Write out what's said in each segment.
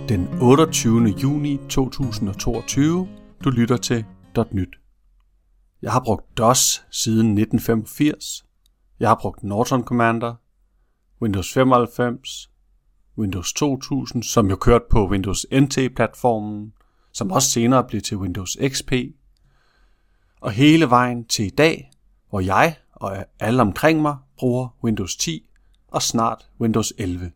Den 28. juni 2022. Du lytter til .nyt. Jeg har brugt DOS siden 1985. Jeg har brugt Norton Commander, Windows 95, Windows 2000, som jo kørte på Windows NT-platformen, som også senere blev til Windows XP. Og hele vejen til i dag, hvor jeg og alle omkring mig bruger Windows 10 og snart Windows 11.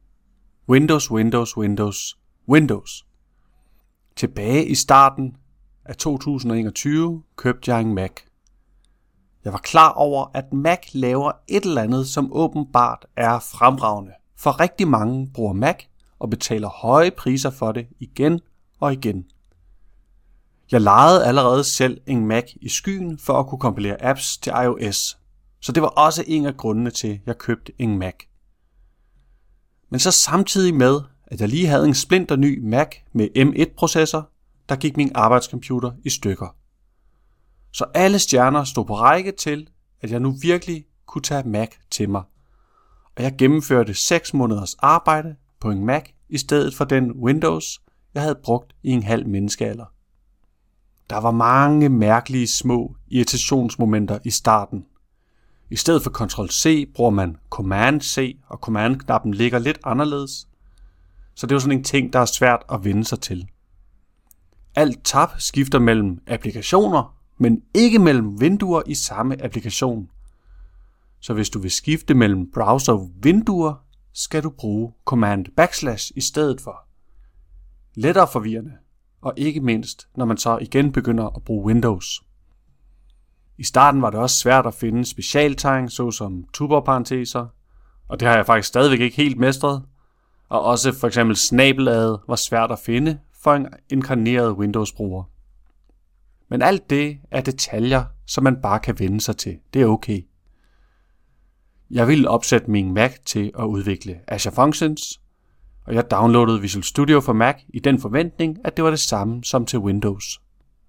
Windows. Tilbage i starten af 2021 købte jeg en Mac. Jeg var klar over, at Mac laver et eller andet, som åbenbart er fremragende. For rigtig mange bruger Mac og betaler høje priser for det igen og igen. Jeg lejede allerede selv en Mac i skyen for at kunne kompilere apps til iOS, så det var også en af grundene til, at jeg købte en Mac. Men så samtidig med, at jeg lige havde en splinter ny Mac med M1-processor, der gik min arbejdscomputer i stykker. Så alle stjerner stod på række til, at jeg nu virkelig kunne tage Mac til mig. Og jeg gennemførte 6 måneders arbejde på en Mac i stedet for den Windows, jeg havde brugt i en halv menneskealder. Der var mange mærkelige små irritationsmomenter i starten. I stedet for Ctrl-C bruger man Command-C, og Command-knappen ligger lidt anderledes. Så det er jo sådan en ting, der er svært at vende sig til. Alt-Tab skifter mellem applikationer, men ikke mellem vinduer i samme applikation. Så hvis du vil skifte mellem browser-vinduer, skal du bruge Command-backslash i stedet for. Lettere forvirrende, og ikke mindst, når man så igen begynder at bruge Windows. I starten var det også svært at finde specialtegn, såsom tuborparenteser, og det har jeg faktisk stadigvæk ikke helt mestret. Og også for eksempel snabelaget var svært at finde for en inkarneret Windows-bruger. Men alt det er detaljer, som man bare kan vende sig til. Det er okay. Jeg ville opsætte min Mac til at udvikle Azure Functions, og jeg downloadede Visual Studio for Mac i den forventning, at det var det samme som til Windows.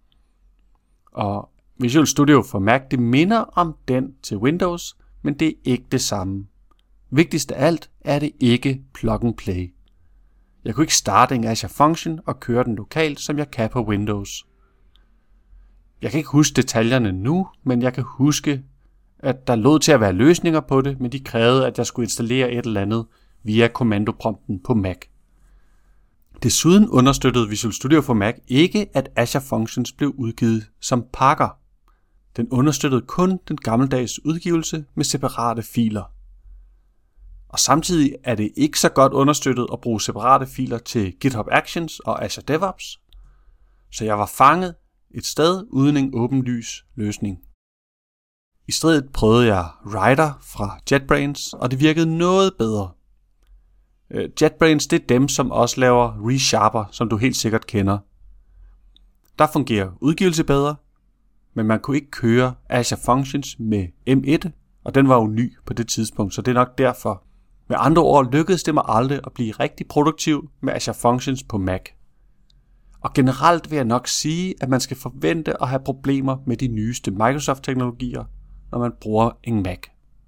Og Visual Studio for Mac, det minder om den til Windows, men det er ikke det samme. Vigtigst af alt er det ikke plug and play. Jeg kunne ikke starte en Azure Function og køre den lokalt, som jeg kan på Windows. Jeg kan ikke huske detaljerne nu, men jeg kan huske, at der lod til at være løsninger på det, men de krævede, at jeg skulle installere et eller andet via kommandoprompten på Mac. Desuden understøttede Visual Studio for Mac ikke, at Azure Functions blev udgivet som pakker. Den understøttede kun den gammeldags udgivelse med separate filer. Og samtidig er det ikke så godt understøttet at bruge separate filer til GitHub Actions og Azure DevOps, så jeg var fanget et sted uden en åbenlys løsning. I stedet prøvede jeg Rider fra JetBrains, og det virkede noget bedre. JetBrains, det er dem, som også laver ReSharper, som du helt sikkert kender. Der fungerer udgivelse bedre, men man kunne ikke køre Azure Functions med M1, og den var jo ny på det tidspunkt, så det er nok derfor. Med andre ord lykkedes det mig aldrig at blive rigtig produktiv med Azure Functions på Mac. Og generelt vil jeg nok sige, at man skal forvente at have problemer med de nyeste Microsoft-teknologier, når man bruger en Mac.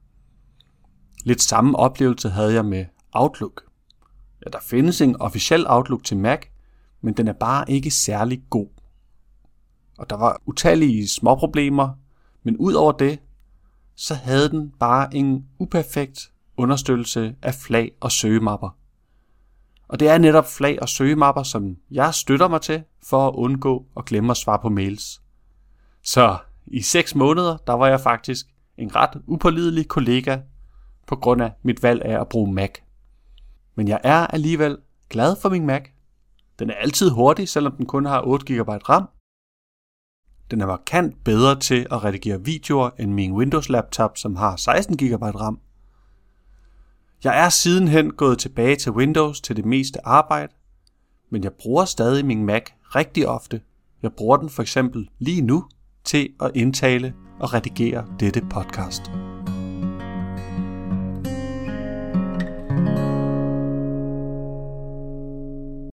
Lidt samme oplevelse havde jeg med Outlook. Ja, der findes en officiel Outlook til Mac, men den er bare ikke særlig god. Og der var utallige småproblemer, men ud over det, så havde den bare en uperfekt understøttelse af flag og søgemapper. Og det er netop flag og søgemapper, som jeg støtter mig til for at undgå at glemme at svare på mails. Så i 6 måneder, der var jeg faktisk en ret upålidelig kollega på grund af mit valg af at bruge Mac. Men jeg er alligevel glad for min Mac. Den er altid hurtig, selvom den kun har 8 GB RAM. Den er markant bedre til at redigere videoer end min Windows laptop, som har 16 GB RAM. Jeg er sidenhen gået tilbage til Windows til det meste arbejde, men jeg bruger stadig min Mac rigtig ofte. Jeg bruger den for eksempel lige nu til at indtale og redigere dette podcast.